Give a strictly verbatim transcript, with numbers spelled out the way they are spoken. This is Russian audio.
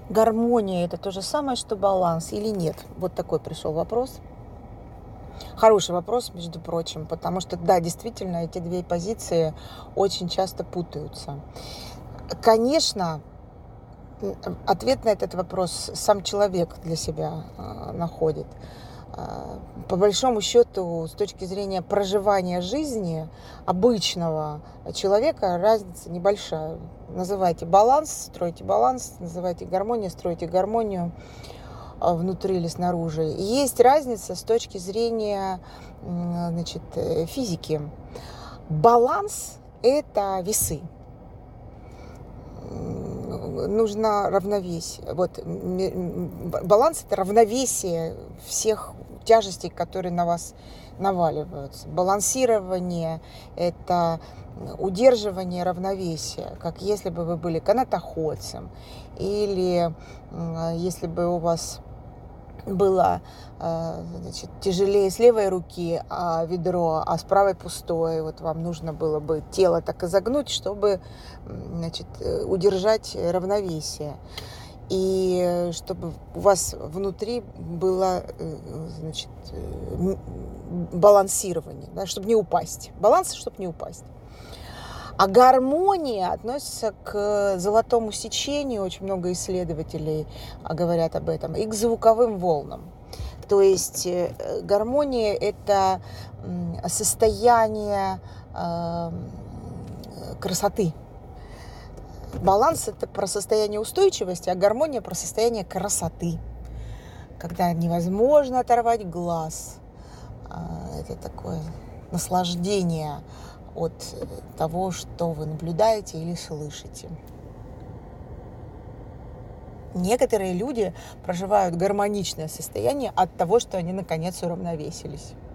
Гармония — это то же самое, что баланс или нет? Вот такой пришел вопрос. Хороший вопрос, между прочим, потому что, да, действительно, эти две позиции очень часто путаются. Конечно, ответ на этот вопрос сам человек для себя э, находит. Э, По большому счету, с точки зрения проживания жизни обычного человека разница небольшая. Называйте баланс, стройте баланс, называйте гармония, стройте гармонию э, внутри или снаружи. И есть разница с точки зрения м, значит, э, физики. Баланс — это весы. Нужно равновесие. Вот баланс — это равновесие всех тяжестей, которые на вас наваливаются. Балансирование — это удерживание равновесия, как если бы вы были канатоходцем, или если бы у вас было значит, тяжелее с левой руки а ведро, а с правой пустое. Вот вам нужно было бы тело так изогнуть, чтобы значит, удержать равновесие. И чтобы у вас внутри было значит, балансирование, да, чтобы не упасть. Баланс, чтобы не упасть. А гармония относится к золотому сечению, очень много исследователей говорят об этом, и к звуковым волнам. То есть гармония — это состояние красоты. Баланс — это про состояние устойчивости, а гармония — про состояние красоты, когда невозможно оторвать глаз. Это такое наслаждение от того, что вы наблюдаете или слышите. Некоторые люди проживают гармоничное состояние от того, что они наконец уравновесились.